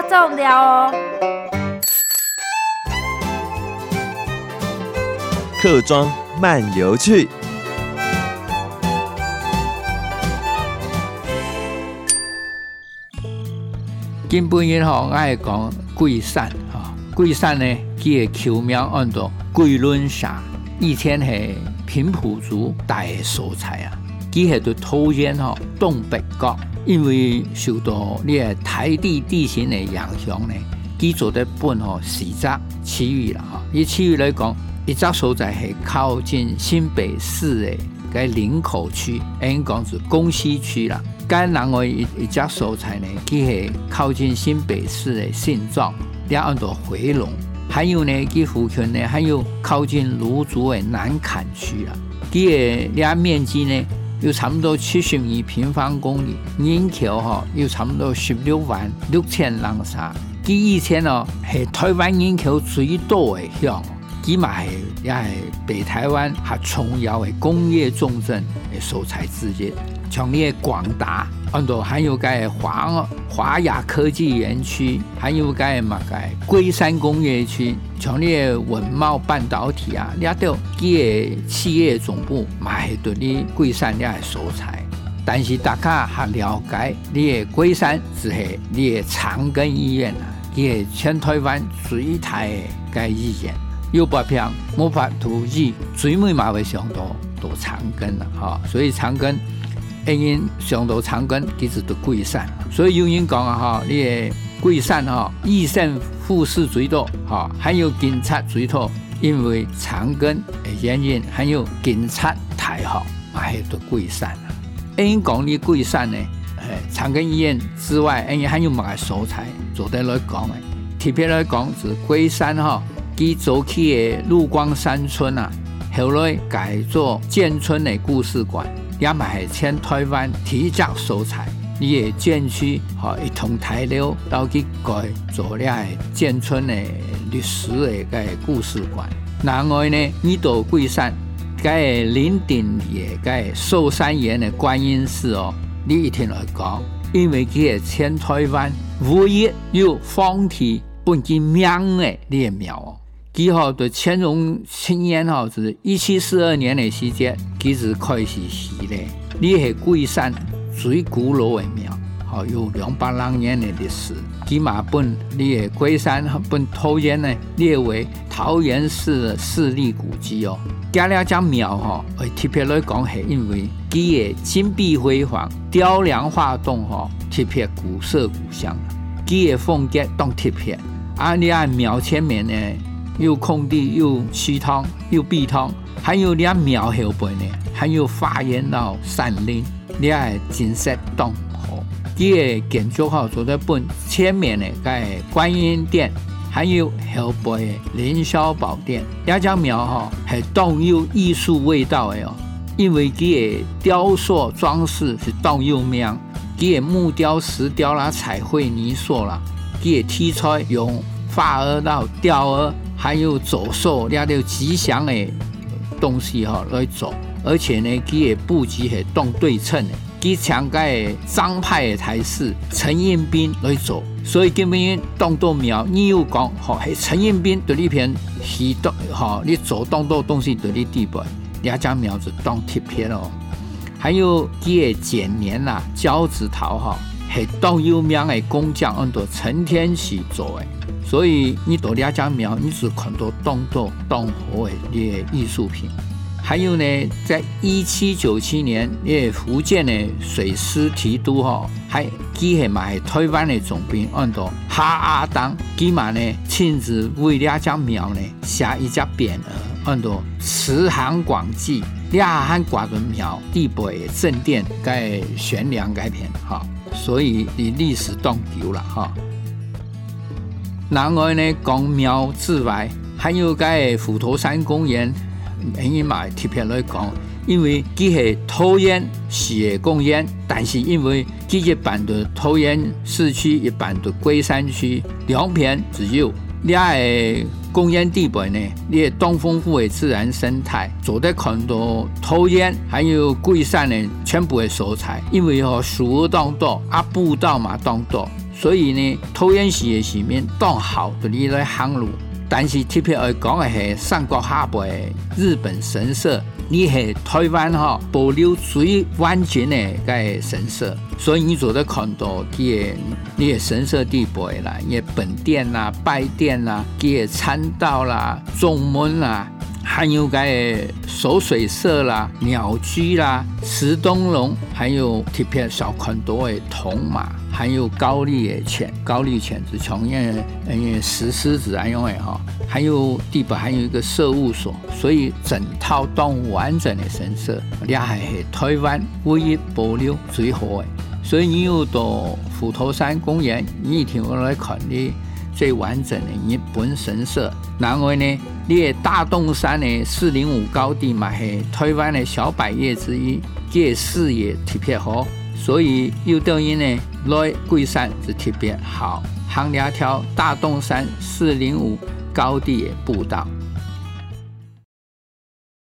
大众聊哦。 客庄漫游去。 今本日我爱讲桂山桂山呢，佢嘅球名按照桂轮峡，以前係平埔族大嘅所在啊。佢係對土原東北角，因為受到呢個台地地形嘅影響呢，佢做得本四則區域啦。以區域嚟講，一則所在係靠近新北市嘅林口區，應講是公西區啦。咁另外一則所在呢，佢係靠近新北市嘅信莊，你按到回龍。還有呢，佢附近呢，還有靠近蘆竹嘅南崁區啦。佢嘅面積呢，有差不多72平方公里，人口有差不多166000人啥。佢以前係台灣人口最多嘅鄉，佢嘛也係北台灣較重要嘅工業重鎮嘅所在之一。像呢個廣達，還有個華亞科技園區，還有個龜山工業區，像呢個文茂半導體啊，呢度佢個企業總部嘛係對呢龜山呢個所在。但是大家還了解呢個龜山只係呢個長庚醫院啊，佢係全台灣最大嘅醫院。有白片冇法圖醫，最尾嘛會上到長庚啦，所以長庚。因上到長庚，其實就桂山，所以有人講啊，呢個桂山醫生護士最多，還有警察最多，因為長庚嘅原因，還有警察大學，還有桂山。因講呢桂山呢，長庚醫院之外，因還有乜個所在，做得來講嘅，特別來講是桂山佢早期嘅陸光山村啊，後來改做建村嘅故事館。也嘛係全台灣體質所在，你嘅建區一同台流到去改做了係建村嘅歷史嘅故事館。另外呢，呢度桂山嘅林頂嘅壽山園嘅觀音寺你一聽來講，因為佢係全台灣唯一有皇帝本佢名嘅呢個廟佢對乾隆7年是1742年的時間，佢是開始起來。呢係桂山最古老的廟，有200年的歷史。佢嘛本呢個桂山本桃園呢列為桃園市的市立古蹟哦。加了張廟特別來講係因為佢嘅金碧輝煌、雕梁畫棟特別古色古香，佢嘅風格都特別。你按廟前面呢，有空地，有溪塘，有碧塘，還有你廟後邊呢，還有花園到山林，你係景色當好。佢嘅建築做得本前面呢個觀音殿，還有後邊嘅凌霄寶殿，呢間廟係當有藝術味道嘅因為佢嘅雕塑裝飾是當有名，佢嘅木雕、石雕啦、彩繪泥塑啦，佢嘅題材用發蛾到雕蛾。還有走獸，你有吉祥的東西來做，而且呢，佢嘅布局係當對稱的，佢強介張派的台式陳應彬來做，所以根本當到廟，你有講係陳應彬對呢片戲動，你做當到東西對呢地步，呢張廟就當特別咯。還有佢嘅剪年啦、交趾陶係當有名的工匠按照陳天啟做的。所以你到兩間廟，你只看到當好的藝術品。還有呢，在1797年，福建的水師提督還佢係埋台灣的總兵，按照哈阿當，佢嘛呢親自為兩間廟呢寫一隻匾額，按照慈航廣記，兩間掛個廟地北正殿該懸梁該片所以歷史當久了另外呢，講廟之外，還有個虎頭山公園，因嘛特別來講，因為佢係桃園市嘅公園，但是因為佢一半的桃園市區，一半的龜山區，兩邊只有兩個公園地北呢，你東豐富的自然生態，做得看到桃園還有龜山呢全部的所在，因為樹當多，步道嘛當多。 所以呢，桃园市的市民当好就你来行路。但是特别要讲的是三国下背的日本神社，你是台湾保留最完整的个神社，所以你做得看到你的神社地背啦，你的本殿啦、拜殿啦、你的参道啦、中门啦，还有个守水社啦、鸟居啦、石灯笼，还有特别小看到的铜马。还有高丽犬是从石狮子来用的还有地板还有一个社务所，所以整套动物完整的神社，也是台湾唯一保留最好的。所以你有到虎头山公园，你一定要来看你最完整的日本神社。然后呢，你的大洞山的405高地嘛，是台湾的小百岳之一，这视野特别好。所以有等于呢，来桂山是特别好，行两条大洞山405高地的步道。